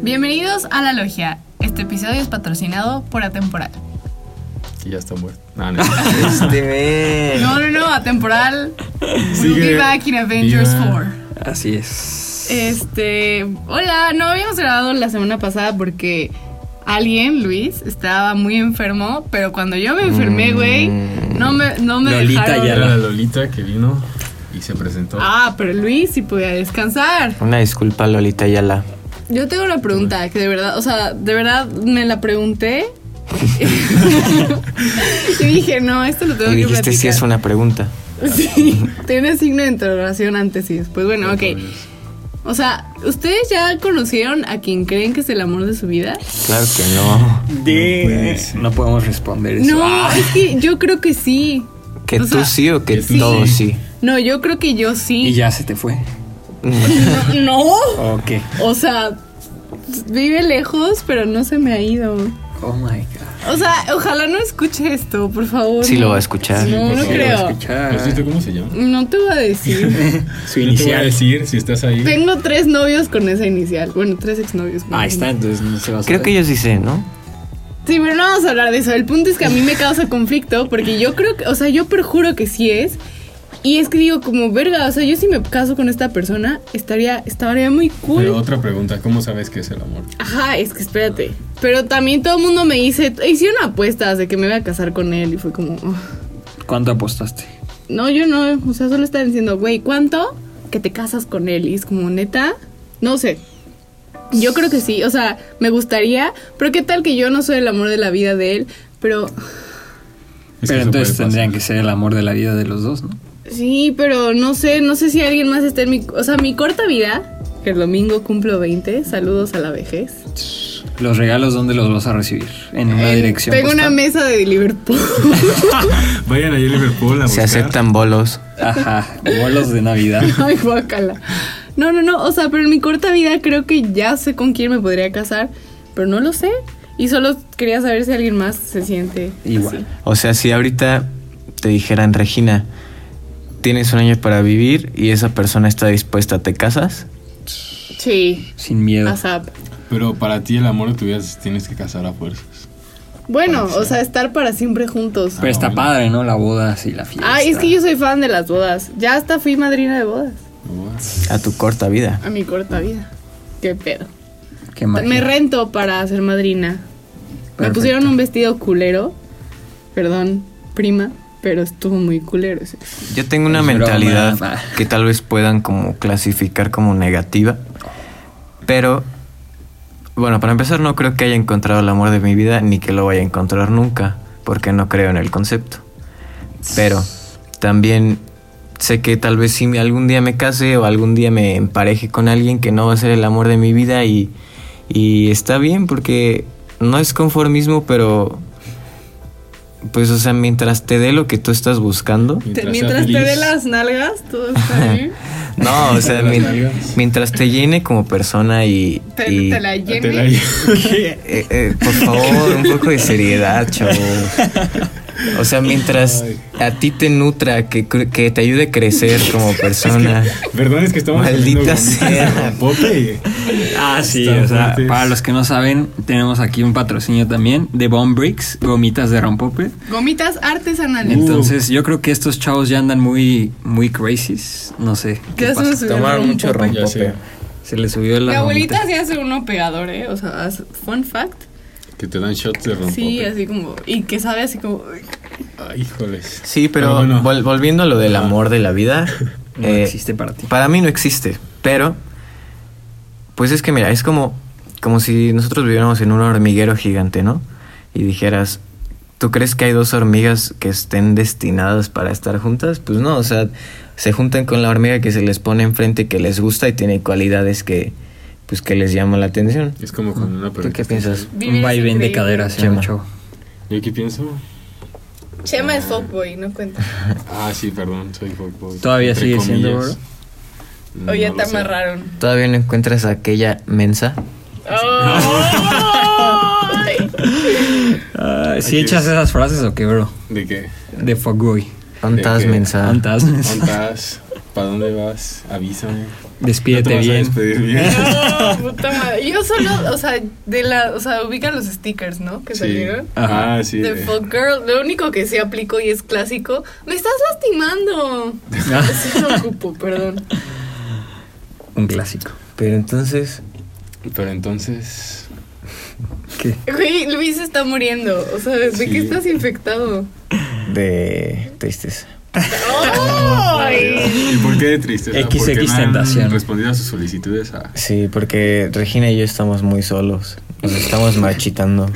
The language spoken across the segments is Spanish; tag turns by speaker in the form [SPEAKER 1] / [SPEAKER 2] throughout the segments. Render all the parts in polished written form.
[SPEAKER 1] Bienvenidos a La Logia. Este episodio es patrocinado por Atemporal.
[SPEAKER 2] Que ya está muerto.
[SPEAKER 1] No, Atemporal. We'll be back in Avengers 4.
[SPEAKER 3] Así es.
[SPEAKER 1] Hola, no habíamos grabado la semana pasada porque Luis, estaba muy enfermo, pero cuando yo me enfermé, güey, no me
[SPEAKER 3] Lolita
[SPEAKER 1] dejaron.
[SPEAKER 3] ya
[SPEAKER 2] Era la Lolita que vino y se presentó.
[SPEAKER 1] Pero Luis sí podía descansar.
[SPEAKER 4] Una disculpa, Lolita Ayala.
[SPEAKER 1] Yo tengo una pregunta que de verdad me la pregunté. Y dije, no, esto lo tengo
[SPEAKER 4] Y
[SPEAKER 1] que
[SPEAKER 4] dijiste
[SPEAKER 1] platicar.
[SPEAKER 4] sí es una pregunta.
[SPEAKER 1] Sí, tiene signo de interrogación antes y después. Bueno, ok. O sea, ¿ustedes ya conocieron a quien creen que es el amor de su vida?
[SPEAKER 4] Claro que no.
[SPEAKER 3] No podemos responder eso.
[SPEAKER 1] No, es que yo creo que sí.
[SPEAKER 4] ¿Que
[SPEAKER 1] O
[SPEAKER 4] tú
[SPEAKER 1] sea,
[SPEAKER 4] sí o que
[SPEAKER 2] sí.
[SPEAKER 4] todos sí?
[SPEAKER 1] No, yo creo que yo sí.
[SPEAKER 3] Y ya se te fue.
[SPEAKER 1] No.
[SPEAKER 3] Ok.
[SPEAKER 1] O sea, vive lejos, pero no se me ha ido.
[SPEAKER 3] Oh my God.
[SPEAKER 1] O sea, ojalá no escuche esto, por favor.
[SPEAKER 4] Sí
[SPEAKER 1] no.
[SPEAKER 4] lo va a escuchar.
[SPEAKER 1] No, no
[SPEAKER 3] Sí,
[SPEAKER 1] creo.
[SPEAKER 3] lo voy a escuchar.
[SPEAKER 2] ¿Has visto cómo se llama?
[SPEAKER 1] No te voy a decir.
[SPEAKER 3] Su
[SPEAKER 2] No te voy a
[SPEAKER 3] inicial.
[SPEAKER 2] decir si estás ahí.
[SPEAKER 1] Tengo 3 novios con esa inicial. Bueno, 3 exnovios.
[SPEAKER 3] Ahí está, entonces no se va a
[SPEAKER 4] Creo que yo sí sé, ¿no?
[SPEAKER 1] Sí, pero no vamos a hablar de eso. El punto es que a mí me causa conflicto porque yo creo que, o sea, yo perjuro que sí es. Y es que digo, como verga, o sea, yo si me caso con esta persona, estaría muy cool.
[SPEAKER 2] Pero otra pregunta, ¿cómo sabes qué es el amor?
[SPEAKER 1] Ajá, es que espérate. Pero también todo el mundo me dice, hicieron apuestas de que me iba a casar con él y fue como,
[SPEAKER 3] ¿Cuánto apostaste?
[SPEAKER 1] no, yo no, o sea, solo están diciendo, güey, ¿cuánto que te casas con él? Y es como, neta, no sé. Yo creo que sí, o sea, me gustaría, pero qué tal que yo no soy el amor de la vida de él, pero
[SPEAKER 2] Es que
[SPEAKER 3] Pero
[SPEAKER 2] eso
[SPEAKER 3] entonces
[SPEAKER 2] puede
[SPEAKER 3] tendrían
[SPEAKER 2] pasar.
[SPEAKER 3] que ser el amor de la vida de los dos, ¿no?
[SPEAKER 1] sí, pero no sé si alguien más está en mi corta vida, que el domingo cumplo 20, saludos a la vejez.
[SPEAKER 3] Los regalos, ¿dónde los vas a recibir? En una dirección
[SPEAKER 1] Tengo una
[SPEAKER 3] postal.
[SPEAKER 1] mesa de Liverpool.
[SPEAKER 2] Vayan ahí a Liverpool a
[SPEAKER 4] Se
[SPEAKER 2] buscar.
[SPEAKER 4] aceptan bolos.
[SPEAKER 3] Ajá, bolos de Navidad.
[SPEAKER 1] Ay, guácala. No, o sea, pero en mi corta vida creo que ya sé con quién me podría casar, pero no lo sé. Y solo quería saber si alguien más se siente
[SPEAKER 3] Igual.
[SPEAKER 1] así.
[SPEAKER 4] O sea, si ahorita te dijeran, Regina, tienes un año para vivir y esa persona está dispuesta, ¿te casas?
[SPEAKER 1] Sí,
[SPEAKER 3] Sin miedo.
[SPEAKER 1] ASAP.
[SPEAKER 2] Pero para ti el amor de tu vida tienes que casar a fuerzas.
[SPEAKER 1] Bueno, o sea, estar para siempre juntos.
[SPEAKER 3] Pero está
[SPEAKER 2] bueno.
[SPEAKER 3] padre, ¿no? La boda, sí, la fiesta.
[SPEAKER 1] Ay, es que yo soy fan de las bodas. Ya hasta fui madrina de bodas.
[SPEAKER 4] A tu corta vida.
[SPEAKER 1] A mi corta vida. Qué pedo.
[SPEAKER 3] Qué magia.
[SPEAKER 1] Me rento para ser madrina. Me
[SPEAKER 3] Perfecto.
[SPEAKER 1] pusieron un vestido culero. Perdón, prima, pero estuvo muy culero ese.
[SPEAKER 4] Yo tengo una
[SPEAKER 3] Es broma.
[SPEAKER 4] mentalidad que tal vez puedan como clasificar como negativa. Pero, bueno, para empezar no creo que haya encontrado el amor de mi vida ni que lo vaya a encontrar nunca, porque no creo en el concepto. Pero también sé que tal vez si algún día me case o algún día me empareje con alguien que no va a ser el amor de mi vida y está bien porque no es conformismo, pero pues, o sea, mientras te dé lo que tú estás buscando.
[SPEAKER 1] Mientras te dé las nalgas, todo está bien.
[SPEAKER 4] No, o sea,
[SPEAKER 2] Las nalgas.
[SPEAKER 4] mientras te llene como persona y
[SPEAKER 1] Te la llene.
[SPEAKER 2] Te la-
[SPEAKER 4] por favor, un poco de seriedad, chavos. O sea, mientras a ti te nutra, que te ayude a crecer como persona.
[SPEAKER 2] Perdón, es que estamos
[SPEAKER 4] Maldita
[SPEAKER 2] comiendo
[SPEAKER 4] sea.
[SPEAKER 2] gomitas de rompope.
[SPEAKER 3] Ah, sí,
[SPEAKER 2] Están
[SPEAKER 3] o sea,
[SPEAKER 2] fuertes.
[SPEAKER 3] para los que no saben, tenemos aquí un patrocinio también de Bone Bricks, gomitas de rompope.
[SPEAKER 1] Gomitas artesanales.
[SPEAKER 3] Entonces, yo creo que estos chavos ya andan muy crazies. No sé.
[SPEAKER 1] ¿Qué
[SPEAKER 3] ¿Qué
[SPEAKER 1] se me
[SPEAKER 3] pasa?
[SPEAKER 1] subió el
[SPEAKER 4] Tomaron mucho
[SPEAKER 1] rompope?
[SPEAKER 2] Ya sé.
[SPEAKER 4] rompope.
[SPEAKER 3] Se le subió la
[SPEAKER 1] Mi abuelita
[SPEAKER 3] gomita.
[SPEAKER 1] sí hace uno pegador, O sea, fun fact.
[SPEAKER 2] Que te dan shots de rompope.
[SPEAKER 1] Sí, así como. Y que sabe así como.
[SPEAKER 2] Ay, híjoles.
[SPEAKER 4] Sí, pero
[SPEAKER 2] bueno.
[SPEAKER 4] volviendo a lo del amor de la vida,
[SPEAKER 3] No existe para ti.
[SPEAKER 4] para mí no existe, pero pues es que mira, es como si nosotros viviéramos en un hormiguero gigante, ¿no? Y dijeras, ¿tú crees que hay 2 hormigas que estén destinadas para estar juntas? Pues no, o sea, se juntan con la hormiga que se les pone enfrente, que les gusta y tiene cualidades que pues que les llaman la atención.
[SPEAKER 2] Es como con una
[SPEAKER 4] ¿Tú
[SPEAKER 2] persona.
[SPEAKER 4] qué piensas?
[SPEAKER 1] Vivir
[SPEAKER 3] Un
[SPEAKER 1] es
[SPEAKER 3] vaivén de
[SPEAKER 1] increíble.
[SPEAKER 3] caderas,
[SPEAKER 4] Chema.
[SPEAKER 3] mucho.
[SPEAKER 2] ¿Yo qué pienso?
[SPEAKER 1] Chema es fuckboy, no cuenta.
[SPEAKER 2] Ah, sí, perdón, soy fuckboy.
[SPEAKER 3] ¿Todavía
[SPEAKER 2] Entre
[SPEAKER 3] sigue siendo,
[SPEAKER 2] comillas.
[SPEAKER 1] O ya
[SPEAKER 2] No
[SPEAKER 1] te
[SPEAKER 2] lo sé.
[SPEAKER 1] amarraron.
[SPEAKER 4] ¿Todavía no encuentras a aquella mensa?
[SPEAKER 1] ¡Ay!
[SPEAKER 3] ¿Sí
[SPEAKER 2] Aquí
[SPEAKER 3] echas
[SPEAKER 2] es.
[SPEAKER 3] esas frases o qué, bro?
[SPEAKER 2] ¿De qué?
[SPEAKER 3] De fuckboy.
[SPEAKER 4] ¿Ontas
[SPEAKER 2] qué?
[SPEAKER 4] mensa?
[SPEAKER 3] Fantasmas.
[SPEAKER 2] ¿Cuántas? ¿Para dónde vas? Avísame.
[SPEAKER 3] Despídete
[SPEAKER 2] ¿No te vas a
[SPEAKER 3] bien.
[SPEAKER 2] despedir bien?
[SPEAKER 1] No, puta madre. Yo solo, o sea, ubican los stickers, ¿no? Que
[SPEAKER 2] Sí.
[SPEAKER 1] salieron.
[SPEAKER 2] Ah, sí.
[SPEAKER 1] The Fuck Girl, lo único que sí aplico y es clásico. ¡Me estás lastimando! Eso lo ocupo, perdón.
[SPEAKER 3] Un clásico.
[SPEAKER 4] Pero entonces,
[SPEAKER 2] Pero entonces...
[SPEAKER 3] ¿Qué?
[SPEAKER 1] Güey, Luis está muriendo. O sea, ¿de
[SPEAKER 2] Sí.
[SPEAKER 1] qué estás infectado?
[SPEAKER 4] de tristeza.
[SPEAKER 1] ¡Ay!
[SPEAKER 2] ¿Y por qué de tristeza?
[SPEAKER 3] XX
[SPEAKER 2] Porque no han
[SPEAKER 3] tentación.
[SPEAKER 2] respondido a sus solicitudes a...
[SPEAKER 4] Sí, porque Regina y yo estamos muy solos. Nos estamos marchitando.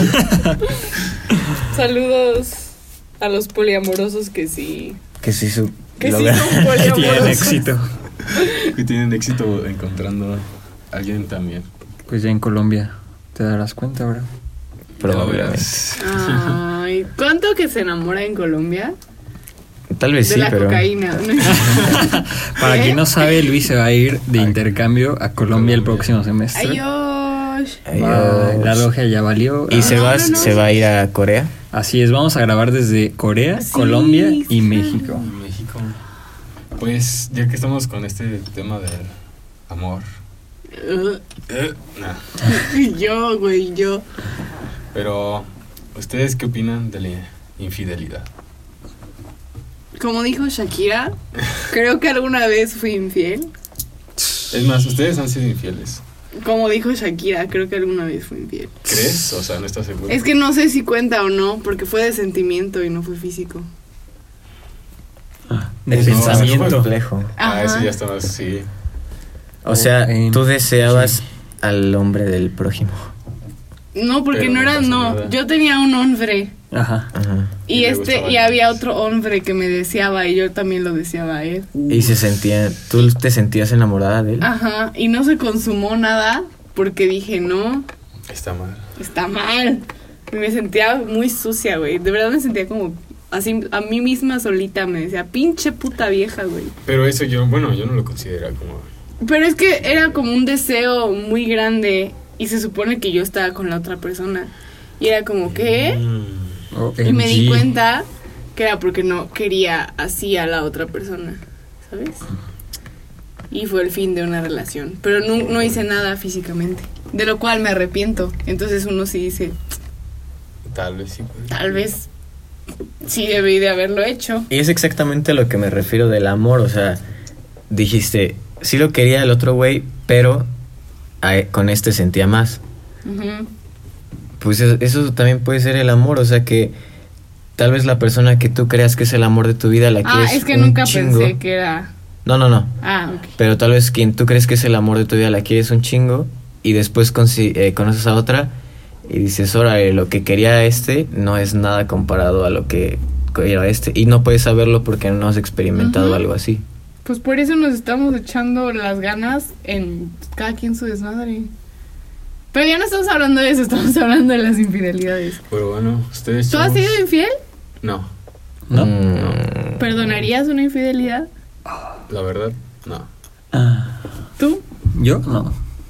[SPEAKER 1] Saludos a los poliamorosos que sí.
[SPEAKER 4] Que sí su...
[SPEAKER 1] Que sí
[SPEAKER 4] logra-
[SPEAKER 1] son
[SPEAKER 3] Que tienen
[SPEAKER 1] poliamorosos.
[SPEAKER 3] éxito.
[SPEAKER 2] que tienen éxito encontrando a alguien también.
[SPEAKER 3] Pues ya en Colombia te darás cuenta, bro.
[SPEAKER 4] Probablemente.
[SPEAKER 1] Ay, ¿cuánto que se enamora en Colombia?
[SPEAKER 4] Tal vez
[SPEAKER 1] De
[SPEAKER 4] sí,
[SPEAKER 1] la
[SPEAKER 4] pero...
[SPEAKER 1] cocaína.
[SPEAKER 3] Para
[SPEAKER 1] ¿Eh?
[SPEAKER 3] quien no sabe, Luis se va a ir de intercambio a Colombia el próximo semestre.
[SPEAKER 1] Adiós.
[SPEAKER 3] Bye. La logia ya valió.
[SPEAKER 4] Y se va,
[SPEAKER 1] no, no.
[SPEAKER 4] se va a ir a Corea.
[SPEAKER 3] Así es, vamos a grabar desde Corea,
[SPEAKER 1] Sí,
[SPEAKER 3] Colombia y
[SPEAKER 1] sí.
[SPEAKER 3] México.
[SPEAKER 2] México. Pues ya que estamos con este tema del amor. Nah.
[SPEAKER 1] Yo, güey, yo.
[SPEAKER 2] Pero, ¿ustedes qué opinan de la infidelidad?
[SPEAKER 1] Como dijo Shakira, creo que alguna vez fui infiel.
[SPEAKER 2] Es más, ¿ustedes han sido infieles?
[SPEAKER 1] Como dijo Shakira, creo que alguna vez fui infiel.
[SPEAKER 2] ¿Crees? O sea, ¿no estás seguro?
[SPEAKER 1] Es que no sé si cuenta o no, porque fue de sentimiento y no fue físico.
[SPEAKER 3] De
[SPEAKER 2] Eso,
[SPEAKER 3] pensamiento.
[SPEAKER 2] eso
[SPEAKER 4] Complejo.
[SPEAKER 2] Ah,
[SPEAKER 1] Ajá.
[SPEAKER 2] eso ya está más, sí.
[SPEAKER 4] O sea,
[SPEAKER 3] en-
[SPEAKER 4] tú deseabas al hombre del prójimo.
[SPEAKER 1] No, porque
[SPEAKER 2] Pero
[SPEAKER 1] no
[SPEAKER 2] no
[SPEAKER 1] era,
[SPEAKER 2] pasa
[SPEAKER 1] no.
[SPEAKER 2] nada.
[SPEAKER 1] Yo tenía un hombre
[SPEAKER 3] Ajá.
[SPEAKER 4] Ajá.
[SPEAKER 1] y
[SPEAKER 2] le gustaban
[SPEAKER 1] y había
[SPEAKER 2] ellos.
[SPEAKER 1] otro hombre que me deseaba y yo también lo deseaba a él.
[SPEAKER 4] Y se sentía... ¿Tú te sentías enamorada de él?
[SPEAKER 1] Ajá, y no se consumó nada porque dije, no,
[SPEAKER 2] Está mal.
[SPEAKER 1] está mal. Y me sentía muy sucia, güey. De verdad me sentía como así, a mí misma solita me decía, pinche puta vieja, güey.
[SPEAKER 2] Pero eso yo no lo considero como...
[SPEAKER 1] Pero es que era como un deseo muy grande y se supone que yo estaba con la otra persona. Y era como, ¿qué? Y me di cuenta que era porque no quería así a la otra persona, ¿sabes? Y fue el fin de una relación. Pero no hice nada físicamente, de lo cual me arrepiento. Entonces uno sí dice,
[SPEAKER 2] Tal vez sí. Puede.
[SPEAKER 1] tal vez sí debí de haberlo hecho.
[SPEAKER 4] Y es exactamente a lo que me refiero del amor. O sea, dijiste, sí lo quería el otro güey, pero con este sentía más.
[SPEAKER 1] Ujú.
[SPEAKER 4] Pues eso también puede ser el amor. O sea que tal vez la persona que tú creas que es el amor de tu vida la quieres
[SPEAKER 1] Es que
[SPEAKER 4] un
[SPEAKER 1] nunca
[SPEAKER 4] chingo.
[SPEAKER 1] pensé que era...
[SPEAKER 4] No.
[SPEAKER 1] Ok.
[SPEAKER 4] Pero tal vez quien tú crees que es el amor de tu vida la quieres un chingo y después conoces a otra y dices, órale, lo que quería este no es nada comparado a lo que quería este. Y no puedes saberlo porque no has experimentado
[SPEAKER 1] Ujú.
[SPEAKER 4] algo así.
[SPEAKER 1] Pues por eso nos estamos echando las ganas en cada quien su desmadre. Pero ya no estamos hablando de eso, estamos hablando de las infidelidades.
[SPEAKER 2] Pero bueno, ustedes...
[SPEAKER 1] ¿Tú has
[SPEAKER 2] chavos?
[SPEAKER 1] sido infiel?
[SPEAKER 2] No,
[SPEAKER 3] ¿No?
[SPEAKER 1] ¿Perdonarías una infidelidad?
[SPEAKER 2] la verdad, no.
[SPEAKER 1] ¿Tú?
[SPEAKER 3] ¿Yo? No.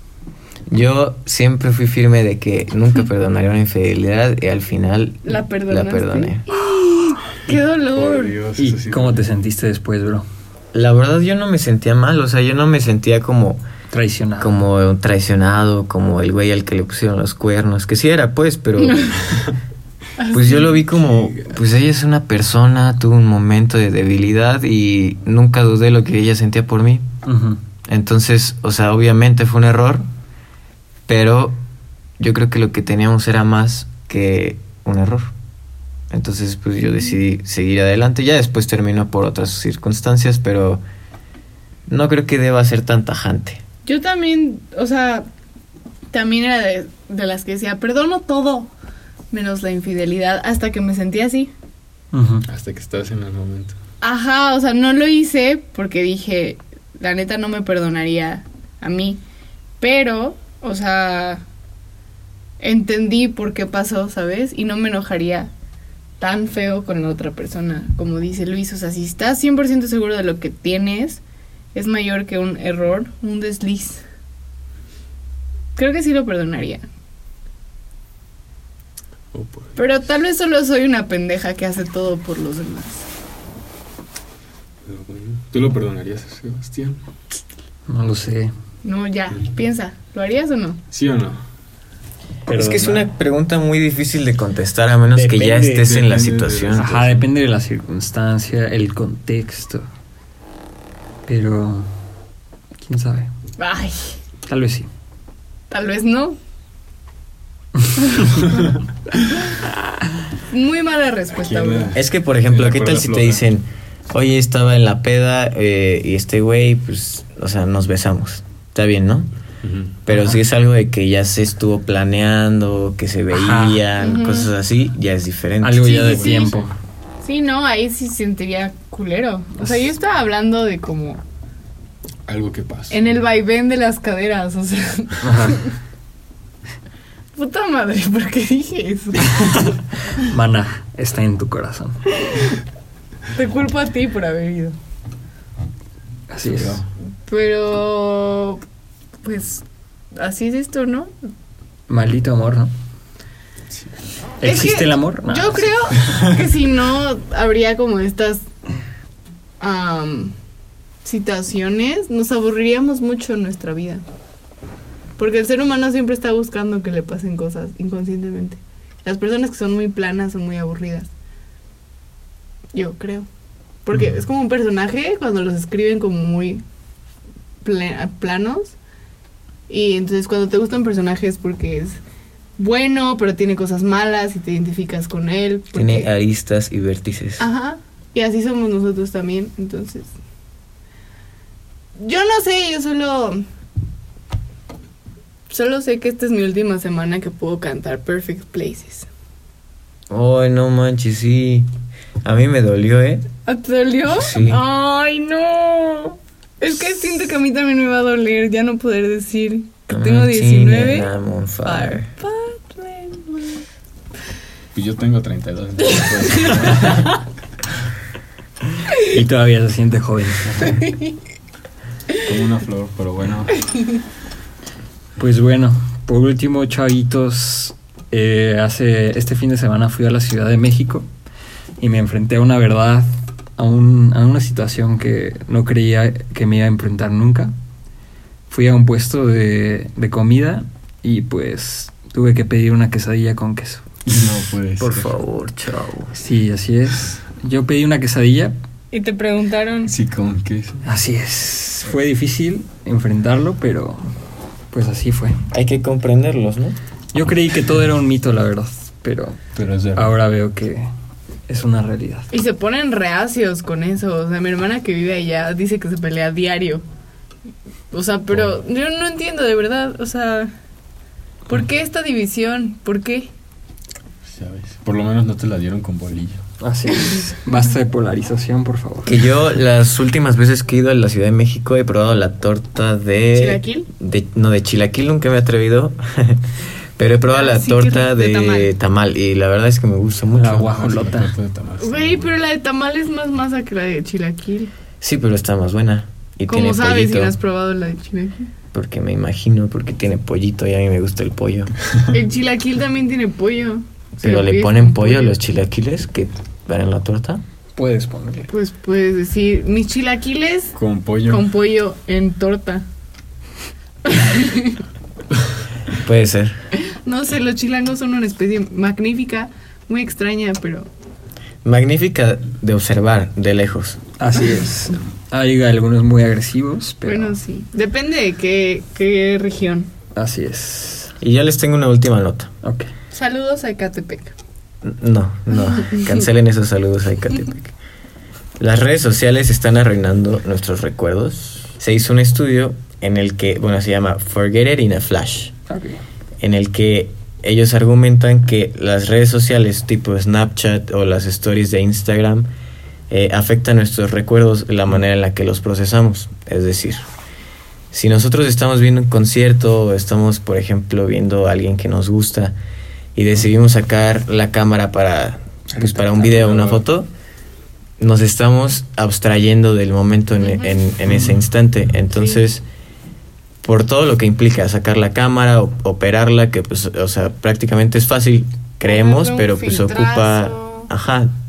[SPEAKER 4] Yo siempre fui firme de que nunca perdonaría una infidelidad y al final
[SPEAKER 1] ¿La perdonaste?
[SPEAKER 4] perdoné.
[SPEAKER 1] ¡Qué dolor!
[SPEAKER 2] Por Dios,
[SPEAKER 3] ¿Y
[SPEAKER 2] eso sí.
[SPEAKER 3] cómo te sentiste después, bro?
[SPEAKER 4] La verdad yo no me sentía mal, o sea, yo no me sentía como
[SPEAKER 3] Traicionado.
[SPEAKER 4] traicionado, como el güey al que le pusieron los cuernos, que sí era pues, pero pues yo lo vi como, pues ella es una persona, tuvo un momento de debilidad y nunca dudé lo que ella sentía por mí.
[SPEAKER 3] Ujú.
[SPEAKER 4] Entonces, o sea, obviamente fue un error, pero yo creo que lo que teníamos era más que un error. Entonces, pues yo decidí seguir adelante. Ya después terminó por otras circunstancias, pero no creo que deba ser tan tajante.
[SPEAKER 1] Yo también, o sea, también era de las que decía, perdono todo, menos la infidelidad, hasta que me sentí así.
[SPEAKER 3] Ujú.
[SPEAKER 2] Hasta que estás en el momento.
[SPEAKER 1] Ajá, o sea, no lo hice porque dije, la neta no me perdonaría a mí. Pero, o sea, entendí por qué pasó, ¿sabes? Y no me enojaría tan feo con la otra persona, como dice Luis. O sea, si estás 100% seguro de lo que tienes, es mayor que un error, un desliz. Creo que sí lo perdonaría.
[SPEAKER 2] Oh, por-
[SPEAKER 1] Pero tal vez solo soy una pendeja que hace todo por los demás.
[SPEAKER 2] Pero bueno, ¿tú lo perdonarías, Sebastián?
[SPEAKER 3] No lo sé.
[SPEAKER 1] No, ya, piensa. ¿Lo harías o no?
[SPEAKER 2] ¿Sí o no?
[SPEAKER 4] Es que es una pregunta muy difícil de contestar a menos que ya
[SPEAKER 3] Depende,
[SPEAKER 4] estés en la
[SPEAKER 2] depende de
[SPEAKER 4] situación.
[SPEAKER 3] Ajá, depende de la circunstancia, el contexto. Pero, quién sabe.
[SPEAKER 1] Ay,
[SPEAKER 3] Tal vez sí.
[SPEAKER 1] tal vez no. Muy mala respuesta,
[SPEAKER 2] ¿Quién
[SPEAKER 1] bro.
[SPEAKER 2] es?
[SPEAKER 4] Es que, por ejemplo,
[SPEAKER 2] La
[SPEAKER 4] ¿qué tal
[SPEAKER 2] cuerda
[SPEAKER 4] si te
[SPEAKER 2] floja.
[SPEAKER 4] dicen, oye, estaba en la peda y este güey, pues, o sea, nos besamos? Está bien, ¿no?
[SPEAKER 2] Ujú.
[SPEAKER 4] Pero
[SPEAKER 3] Ajá.
[SPEAKER 4] si es algo de que ya se estuvo planeando, que se
[SPEAKER 3] Ajá.
[SPEAKER 4] veían,
[SPEAKER 1] Ujú.
[SPEAKER 4] cosas así, ya es diferente.
[SPEAKER 3] Algo
[SPEAKER 1] Sí,
[SPEAKER 3] ya de
[SPEAKER 1] sí.
[SPEAKER 3] tiempo.
[SPEAKER 1] Sí, no, ahí sí sentiría culero. O sea, yo estaba hablando de como
[SPEAKER 2] Algo que pasa.
[SPEAKER 1] en el vaivén de las caderas, o sea,
[SPEAKER 3] Ajá.
[SPEAKER 1] puta madre, ¿por qué dije eso?
[SPEAKER 3] Mana está en tu corazón.
[SPEAKER 1] Te culpo a ti por haber ido.
[SPEAKER 3] Así es.
[SPEAKER 1] Pero, pues, así es esto, ¿no?
[SPEAKER 3] Maldito amor, ¿no?
[SPEAKER 1] Es
[SPEAKER 3] ¿Existe
[SPEAKER 1] que
[SPEAKER 3] el amor? No,
[SPEAKER 1] Yo
[SPEAKER 3] sí.
[SPEAKER 1] creo que si no habría como estas situaciones, nos aburriríamos mucho en nuestra vida. Porque el ser humano siempre está buscando que le pasen cosas inconscientemente. Las personas que son muy planas son muy aburridas. Yo creo. Porque es como un personaje cuando los escriben como muy planos. Y entonces cuando te gustan personajes porque es bueno, pero tiene cosas malas y te identificas con él.
[SPEAKER 4] Tiene
[SPEAKER 1] porque-
[SPEAKER 4] aristas y vértices.
[SPEAKER 1] Ajá. Y así somos nosotros también, entonces. Yo no sé, yo solo sé que esta es mi última semana que puedo cantar Perfect Places.
[SPEAKER 4] Ay, no manches, sí. A mí me dolió, ¿eh?
[SPEAKER 1] ¿Ah, ¿te dolió?
[SPEAKER 4] Sí.
[SPEAKER 1] Ay, no. Es que siento que a mí también me va a doler ya no poder decir que tengo
[SPEAKER 4] I'm
[SPEAKER 1] 19.
[SPEAKER 4] I'm on fire.
[SPEAKER 2] Pues yo tengo 32. entonces,
[SPEAKER 3] Y todavía se siente joven.
[SPEAKER 2] como una flor, pero bueno.
[SPEAKER 3] Pues bueno, por último, chavitos, este fin de semana fui a la Ciudad de México y me enfrenté a una verdad, a una situación que no creía que me iba a enfrentar nunca. Fui a un puesto de comida y pues tuve que pedir una quesadilla con queso.
[SPEAKER 2] No puede
[SPEAKER 4] Por
[SPEAKER 2] ser.
[SPEAKER 4] favor, chavo.
[SPEAKER 3] Sí, así es. Yo pedí una quesadilla.
[SPEAKER 1] Y te preguntaron.
[SPEAKER 2] Sí, con queso.
[SPEAKER 3] Así es. Fue difícil enfrentarlo, pero pues así fue.
[SPEAKER 4] Hay que comprenderlos, ¿no?
[SPEAKER 3] Yo creí que todo era un mito, la verdad, pero
[SPEAKER 2] Pero es verdad.
[SPEAKER 3] ahora veo que es una realidad.
[SPEAKER 1] Y se ponen reacios con eso. O sea, mi hermana que vive allá dice que se pelea diario. O sea, pero yo no entiendo de verdad. O sea, ¿por qué esta división? ¿Por qué?
[SPEAKER 2] Ya ves. Por lo menos no te la dieron con bolillo.
[SPEAKER 3] Así es. Basta de polarización, por favor.
[SPEAKER 4] Que yo las últimas veces que he ido a la Ciudad de México he probado la torta de...
[SPEAKER 1] ¿Chilaquil?
[SPEAKER 4] No, de chilaquil nunca me he atrevido. Pero he probado la
[SPEAKER 1] sí,
[SPEAKER 4] torta
[SPEAKER 1] de
[SPEAKER 4] de tamal. Y la verdad es que me gusta mucho.
[SPEAKER 3] La guajolota.
[SPEAKER 2] La torta de tamal.
[SPEAKER 1] Güey, pero la de tamal es más masa que la de chilaquil.
[SPEAKER 4] Sí, pero está más buena. Y
[SPEAKER 1] ¿Cómo
[SPEAKER 4] tiene
[SPEAKER 1] sabes si
[SPEAKER 4] pollito.
[SPEAKER 1] no has probado la de chilaquil?
[SPEAKER 4] Porque me imagino, porque tiene pollito y a mí me gusta el pollo.
[SPEAKER 1] El chilaquil también tiene pollo. Si
[SPEAKER 4] Pero
[SPEAKER 1] lo
[SPEAKER 4] le
[SPEAKER 1] pides
[SPEAKER 4] ponen
[SPEAKER 1] con
[SPEAKER 4] pollo a los chilaquiles que van en la torta.
[SPEAKER 3] Puedes ponerle.
[SPEAKER 1] Pues puedes decir, mis chilaquiles
[SPEAKER 2] Con pollo.
[SPEAKER 1] con pollo en torta.
[SPEAKER 4] Puede ser.
[SPEAKER 1] No sé, los chilangos son una especie magnífica, muy extraña, pero
[SPEAKER 4] Magnífica de observar de lejos.
[SPEAKER 3] Así es. Hay algunos muy agresivos, pero
[SPEAKER 1] bueno, sí. Depende de qué región.
[SPEAKER 3] así es.
[SPEAKER 4] Y ya les tengo una última nota.
[SPEAKER 3] Ok.
[SPEAKER 1] Saludos a Ecatepec.
[SPEAKER 4] No, cancelen esos saludos a Ecatepec. Las redes sociales están arruinando nuestros recuerdos. Se hizo un estudio en el que, bueno, se llama Forget It in a Flash,
[SPEAKER 3] Ok.
[SPEAKER 4] en el que ellos argumentan que las redes sociales tipo Snapchat o las stories de Instagram afectan nuestros recuerdos, la manera en la que los procesamos. Es decir, si nosotros estamos viendo un concierto o estamos, por ejemplo, viendo a alguien que nos gusta y decidimos sacar la cámara para un video o una foto, nos estamos abstrayendo del momento en ese instante. Entonces, por todo lo que implica sacar la cámara, operarla, que pues, o sea, prácticamente es fácil, creemos,
[SPEAKER 1] Ponerle un
[SPEAKER 4] pero pues ocupa,
[SPEAKER 1] filtrazo.
[SPEAKER 4] ajá,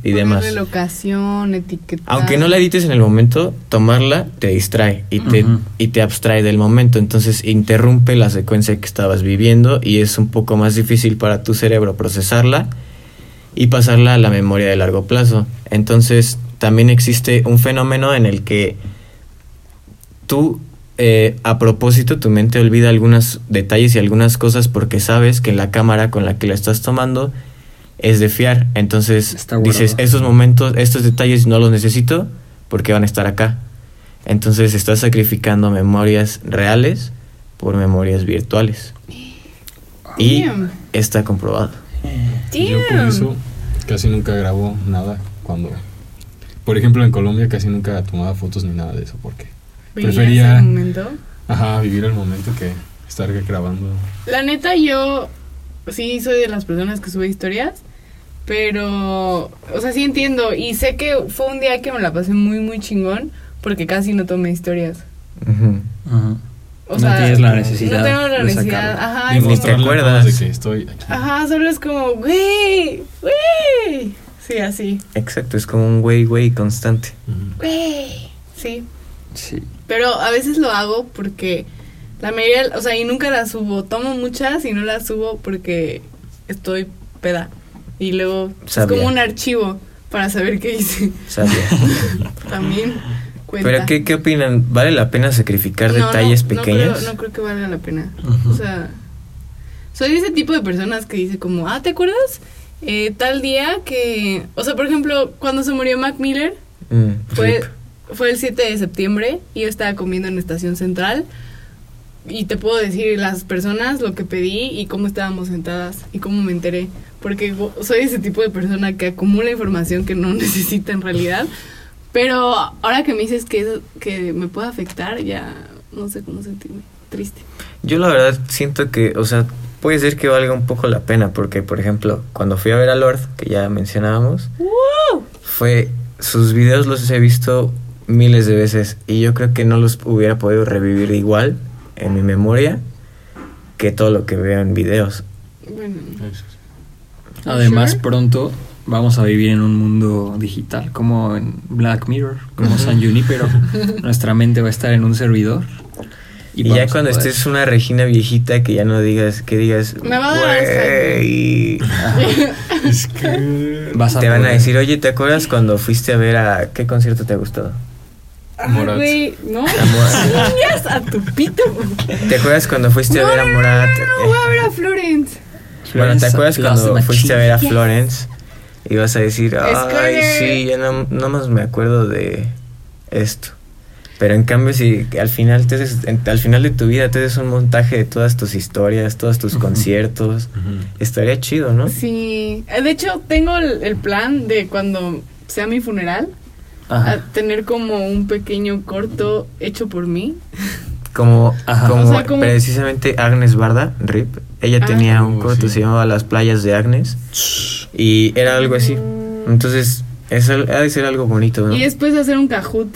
[SPEAKER 4] y demás.
[SPEAKER 1] Ponerle locación, etiquetar.
[SPEAKER 4] Aunque no la edites en el momento, tomarla te distrae y te abstrae del momento. Entonces interrumpe la secuencia que estabas viviendo y es un poco más difícil para tu cerebro procesarla y pasarla a la memoria de largo plazo. Entonces también existe un fenómeno en el que tú, a propósito, tu mente olvida algunos detalles y algunas cosas porque sabes que la cámara con la que la estás tomando es de fiar. Entonces dices, esos momentos, estos detalles no los necesito porque van a estar acá. Entonces estás sacrificando memorias reales por memorias virtuales. Y está comprobado.
[SPEAKER 2] Yo por eso casi nunca grabo nada cuando... Por ejemplo, en Colombia casi nunca tomaba fotos ni nada de eso porque prefería...
[SPEAKER 1] ¿El momento?
[SPEAKER 2] Ajá, vivir el momento que estar grabando.
[SPEAKER 1] La neta, yo sí soy de las personas que sube historias, pero, o sea, sí entiendo y sé que fue un día que me la pasé muy, muy chingón porque casi no tomé historias.
[SPEAKER 3] O sea, no tienes la necesidad.
[SPEAKER 1] No tengo la necesidad, ajá.
[SPEAKER 4] Ni te acuerdas
[SPEAKER 2] de que estoy aquí.
[SPEAKER 1] Ajá, solo es como, güey. Sí, así.
[SPEAKER 4] Exacto, es como un güey constante.
[SPEAKER 1] Güey. Sí.
[SPEAKER 3] Sí.
[SPEAKER 1] Pero a veces lo hago porque la mayoría, o sea, y nunca las subo. Tomo muchas y no las subo porque estoy peda. Y luego
[SPEAKER 4] Sabia.
[SPEAKER 1] Es como un archivo para saber qué hice.
[SPEAKER 4] Sabia.
[SPEAKER 1] También cuenta.
[SPEAKER 4] Pero ¿qué opinan? ¿Vale la pena sacrificar detalles pequeños?
[SPEAKER 1] No creo que valga la pena. O sea, soy ese tipo de personas que dice como, ¿te acuerdas? Tal día que... O sea, por ejemplo, cuando se murió Mac Miller, fue el 7 de septiembre y yo estaba comiendo en Estación Central y te puedo decir las personas, lo que pedí y cómo estábamos sentadas y cómo me enteré. Porque soy ese tipo de persona que acumula información que no necesita en realidad. Pero ahora que me dices que me puede afectar, ya no sé cómo sentirme. Triste.
[SPEAKER 4] Yo la verdad siento que, o sea, puede ser que valga un poco la pena porque, por ejemplo, cuando fui a ver a Lord, que ya mencionábamos, sus videos los he visto miles de veces y yo creo que no los hubiera podido revivir igual en mi memoria que todo lo que veo en videos.
[SPEAKER 1] Bueno.
[SPEAKER 3] Además, pronto vamos a vivir en un mundo digital, como en Black Mirror, como San Junipero. Nuestra mente va a estar en un servidor.
[SPEAKER 4] Y ya cuando estés una Regina viejita que ya no digas, que digas,
[SPEAKER 1] me va a dar
[SPEAKER 4] güey.
[SPEAKER 2] Es que
[SPEAKER 4] te van a decir, oye, ¿te acuerdas cuando fuiste a ver a qué concierto te ha gustado?
[SPEAKER 2] Morat.
[SPEAKER 1] Güey, no. Niñas a tu pito.
[SPEAKER 4] ¿Te acuerdas cuando fuiste a ver a Morat?
[SPEAKER 1] No, voy a ver a Florence.
[SPEAKER 4] Bueno, ¿te acuerdas cuando fuiste a ver a Florence? Y vas a decir, ay, sí, ya no más me acuerdo de esto. Pero en cambio, si al final de tu vida te des un montaje de todas tus historias, todos tus conciertos, estaría chido, ¿no?
[SPEAKER 1] Sí. De hecho, tengo el plan de cuando sea mi funeral, a tener como un pequeño corto hecho por mí.
[SPEAKER 4] Como precisamente Agnes Barda, RIP. Ella tenía un corto, se llamaba Las playas de Agnes. Y era algo así. Entonces, ha de ser algo bonito, ¿no?
[SPEAKER 1] Y después hacer un Kahoot.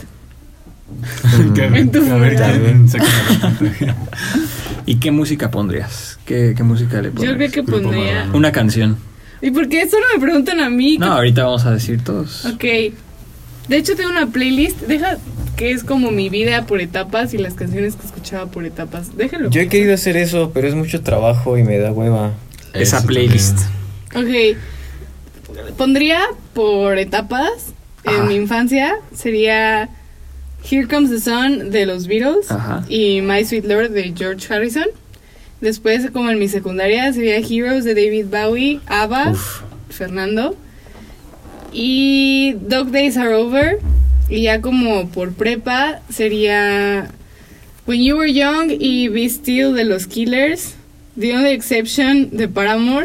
[SPEAKER 3] ¿Y qué música pondrías? ¿Qué música le pondrías?
[SPEAKER 1] Yo creo que pondría
[SPEAKER 3] una canción.
[SPEAKER 1] ¿Y por qué solo me preguntan a mí?
[SPEAKER 3] No, ahorita vamos a decir todos.
[SPEAKER 1] Ok. De hecho tengo una playlist, que es como mi vida por etapas y las canciones que escuchaba por etapas. Déjalo.
[SPEAKER 4] Yo he querido hacer eso, pero es mucho trabajo y me da hueva.
[SPEAKER 3] Esa playlist.
[SPEAKER 1] Ok. Pondría por etapas. En mi infancia sería Here Comes the Sun de los Beatles y My Sweet Lord de George Harrison. Después, como en mi secundaria, sería Heroes de David Bowie, ABBA, Fernando. Y Dog Days Are Over. Y ya como por prepa sería When You Were Young y Be Still de los Killers. The Only Exception de Paramore.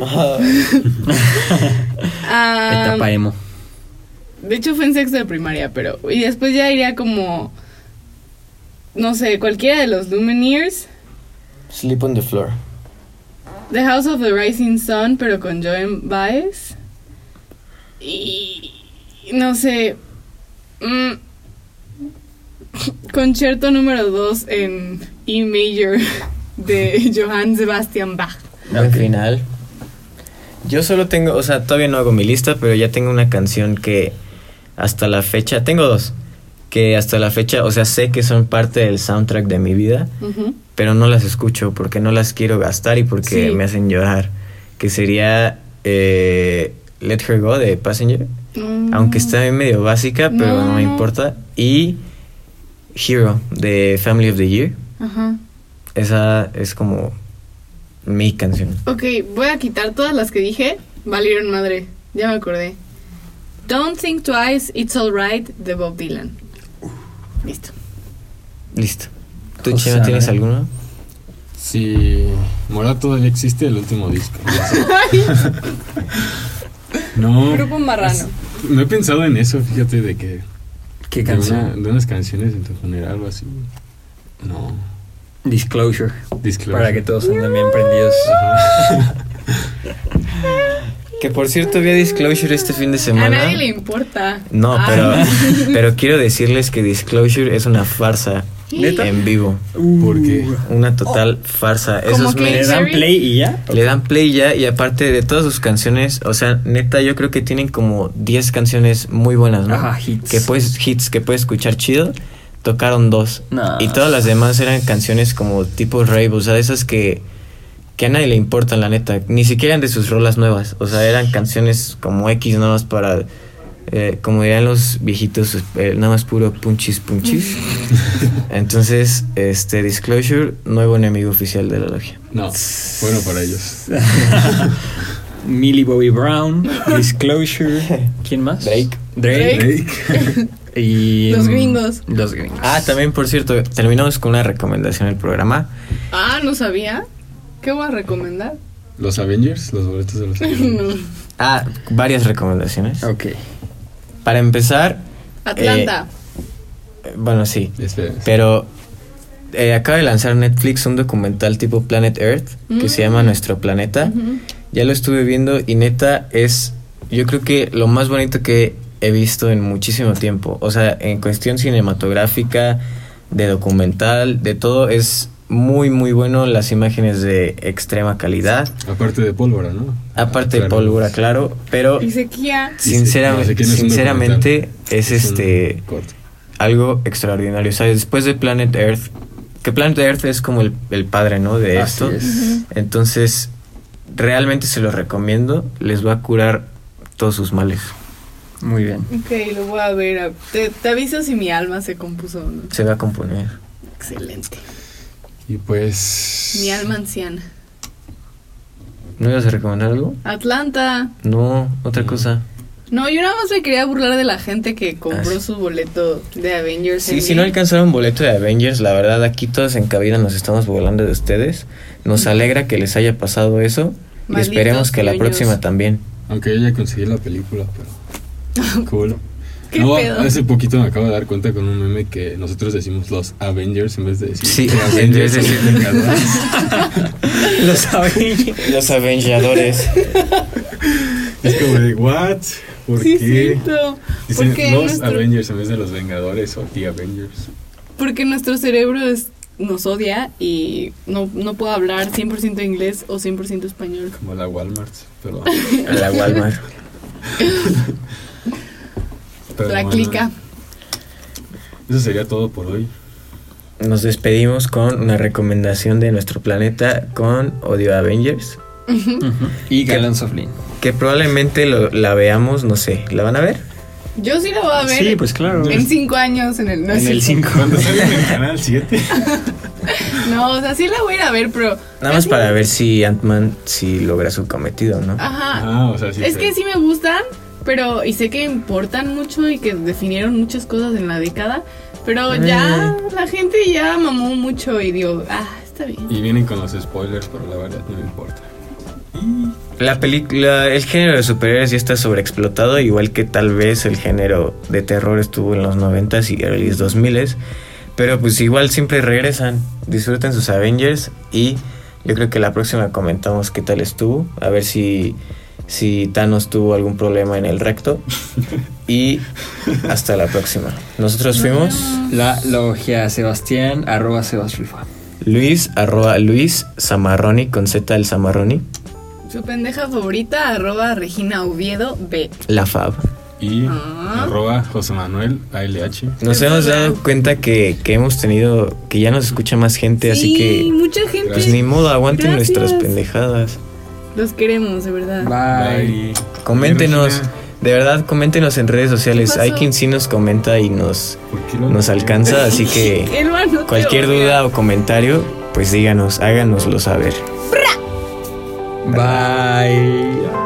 [SPEAKER 3] Etapa emo.
[SPEAKER 1] De hecho fue en sexto de primaria, pero... Y después ya iría como... No sé, cualquiera de los Lumineers.
[SPEAKER 4] Sleep on the Floor.
[SPEAKER 1] The House of the Rising Sun, pero con Joan Baez. Y... No sé... Concierto número 2 en E major de Johann Sebastian Bach.
[SPEAKER 4] Al final. Yo solo tengo, o sea, todavía no hago mi lista, pero ya tengo una canción que hasta la fecha, tengo dos, que hasta la fecha, o sea, sé que son parte del soundtrack de mi vida, pero no las escucho porque no las quiero gastar y porque me hacen llorar, que sería Let Her Go de Passenger, aunque está medio básica, pero no me importa, y Hero de Family of the Year. Esa es como mi canción.
[SPEAKER 1] Ok, voy a quitar todas las que dije. Valieron madre, ya me acordé. Don't Think Twice, It's Alright de Bob Dylan. Listo.
[SPEAKER 4] ¿Tú, Chema, tienes alguno?
[SPEAKER 2] Sí, Morat todavía existe, el último disco. No.
[SPEAKER 1] Grupo Marrano.
[SPEAKER 2] No he pensado en eso, fíjate, de que...
[SPEAKER 3] ¿Qué canción?
[SPEAKER 2] De unas canciones en tu funeral, algo así. No.
[SPEAKER 3] Disclosure. Para que todos anden bien prendidos.
[SPEAKER 4] Que por cierto vi a Disclosure este fin de semana.
[SPEAKER 1] A nadie le importa.
[SPEAKER 4] No, pero quiero decirles que Disclosure es una farsa. ¿Neta? En vivo.
[SPEAKER 2] ¿Por qué?
[SPEAKER 4] Una total farsa. Esos
[SPEAKER 3] ¿Le dan play y ya?
[SPEAKER 4] Le dan play ya, y aparte de todas sus canciones, o sea, neta, yo creo que tienen como 10 canciones muy buenas, ¿no?
[SPEAKER 3] Ajá, hits
[SPEAKER 4] que puedes escuchar chido. Tocaron 2.
[SPEAKER 3] No.
[SPEAKER 4] Y todas las demás eran canciones como tipo rave, o sea, de esas que a nadie le importan, la neta. Ni siquiera eran de sus rolas nuevas. O sea, eran canciones como X nada más para... como dirían los viejitos, nada más puro punchis. Entonces, Disclosure, nuevo enemigo oficial de la logia.
[SPEAKER 2] No, bueno para ellos.
[SPEAKER 3] Millie Bobby Brown, Disclosure. ¿Quién más?
[SPEAKER 4] Drake.
[SPEAKER 3] Y
[SPEAKER 1] Los gringos.
[SPEAKER 4] Ah, también, por cierto, terminamos con una recomendación del programa.
[SPEAKER 1] Ah, no sabía. ¿Qué voy a recomendar?
[SPEAKER 2] Los Avengers, los boletos de los Avengers.
[SPEAKER 4] Ah, varias recomendaciones.
[SPEAKER 3] Ok.
[SPEAKER 4] Para empezar...
[SPEAKER 1] Atlanta.
[SPEAKER 4] Bueno, sí.
[SPEAKER 2] Espera.
[SPEAKER 4] Pero acaba de lanzar Netflix un documental tipo Planet Earth que se llama Nuestro Planeta. Ya lo estuve viendo y neta es, yo creo que lo más bonito que he visto en muchísimo tiempo. O sea, en cuestión cinematográfica, de documental, de todo, es muy, muy bueno. Las imágenes de extrema calidad.
[SPEAKER 2] Aparte de pólvora, ¿no?
[SPEAKER 4] Aparte de pólvora, claro. Pero
[SPEAKER 1] Y sequía.
[SPEAKER 4] sinceramente es algo extraordinario. O sea, después de Planet Earth, que Planet Earth es como el padre, ¿no? De esto. Entonces, realmente se los recomiendo. Les va a curar todos sus males.
[SPEAKER 3] Muy bien.
[SPEAKER 1] Ok, lo voy a ver. Te aviso si mi alma se compuso o no.
[SPEAKER 4] Se va a componer.
[SPEAKER 1] Excelente.
[SPEAKER 2] Y pues...
[SPEAKER 1] Mi alma anciana.
[SPEAKER 4] ¿No ibas a recomendar algo?
[SPEAKER 1] Atlanta.
[SPEAKER 4] No, otra cosa.
[SPEAKER 1] No, yo nada más me quería burlar de la gente que compró su boleto de Avengers.
[SPEAKER 4] Sí, si no alcanzaron boleto de Avengers, la verdad aquí todos en cabina nos estamos burlando de ustedes. Nos alegra que les haya pasado eso. Y esperemos que la próxima también.
[SPEAKER 2] Aunque yo ya conseguí la película, pero... Cool.
[SPEAKER 1] ¿Qué pedo?
[SPEAKER 2] Hace poquito me acabo de dar cuenta con un meme que nosotros decimos los Avengers en vez de decir...
[SPEAKER 4] Sí,
[SPEAKER 2] Avengers.
[SPEAKER 4] Los Avengadores.
[SPEAKER 2] Es como de, ¿what? ¿Por
[SPEAKER 1] Sí,
[SPEAKER 2] qué?
[SPEAKER 1] cierto.
[SPEAKER 2] Dicen
[SPEAKER 1] Porque
[SPEAKER 2] los Avengers en vez de los Vengadores o The Avengers.
[SPEAKER 1] Porque nuestro cerebro nos odia y no puedo hablar 100% inglés o 100% español.
[SPEAKER 2] Como la Walmart, perdón.
[SPEAKER 4] La Walmart.
[SPEAKER 2] Pero
[SPEAKER 1] la
[SPEAKER 2] bueno,
[SPEAKER 1] clica.
[SPEAKER 2] Eso sería todo por hoy.
[SPEAKER 4] Nos despedimos con una recomendación de Nuestro Planeta con Odio a Avengers.
[SPEAKER 3] Y Gallons of Lean.
[SPEAKER 4] Que probablemente la veamos, no sé. ¿La van a ver?
[SPEAKER 1] Yo sí la voy a ver.
[SPEAKER 3] Sí, pues claro.
[SPEAKER 1] En 5 años en el... No,
[SPEAKER 3] en el 5.
[SPEAKER 2] Cuando salga en el canal 7.
[SPEAKER 1] No, o sea, sí la voy a ir a ver, pero...
[SPEAKER 4] Nada más para ver si Ant-Man sí logra su cometido, ¿no?
[SPEAKER 1] Ajá.
[SPEAKER 2] Ah, o sea, sí.
[SPEAKER 1] Es que sí me gustan, pero... Y sé que importan mucho y que definieron muchas cosas en la década. Pero ya la gente ya mamó mucho y digo, está bien.
[SPEAKER 2] Y vienen con los spoilers, pero la verdad no me importa.
[SPEAKER 4] La película, el género de superhéroes ya está sobreexplotado, igual que tal vez el género de terror estuvo en los 90s y early 2000s, pero pues igual siempre regresan. Disfruten sus Avengers y yo creo que la próxima comentamos qué tal estuvo, a ver si Thanos tuvo algún problema en el recto. Y hasta la próxima. Nosotros fuimos
[SPEAKER 3] La Logia Sebastián, @SebasRifa.
[SPEAKER 4] Luis, @Luis Zamarroni con Z el Zamarroni.
[SPEAKER 1] Su pendeja favorita, @ReginaOviedoB.
[SPEAKER 4] La Fab.
[SPEAKER 2] Y @José Manuel ALH.
[SPEAKER 4] Nos hemos dado cuenta que hemos tenido, que ya nos escucha más gente, así que
[SPEAKER 1] mucha gente.
[SPEAKER 4] pues ni modo, aguanten
[SPEAKER 1] Gracias.
[SPEAKER 4] nuestras pendejadas.
[SPEAKER 1] Los queremos, de verdad.
[SPEAKER 3] Bye.
[SPEAKER 4] Coméntenos,
[SPEAKER 2] Regina.
[SPEAKER 4] de verdad, coméntenos en redes sociales.
[SPEAKER 1] ¿Qué
[SPEAKER 4] Hay
[SPEAKER 1] pasó?
[SPEAKER 4] quien sí nos comenta y nos
[SPEAKER 2] Nos
[SPEAKER 4] alcanza, así que
[SPEAKER 1] Elba, no te
[SPEAKER 4] cualquier
[SPEAKER 1] odia.
[SPEAKER 4] duda o comentario, pues díganos, háganoslo saber.
[SPEAKER 3] Bye.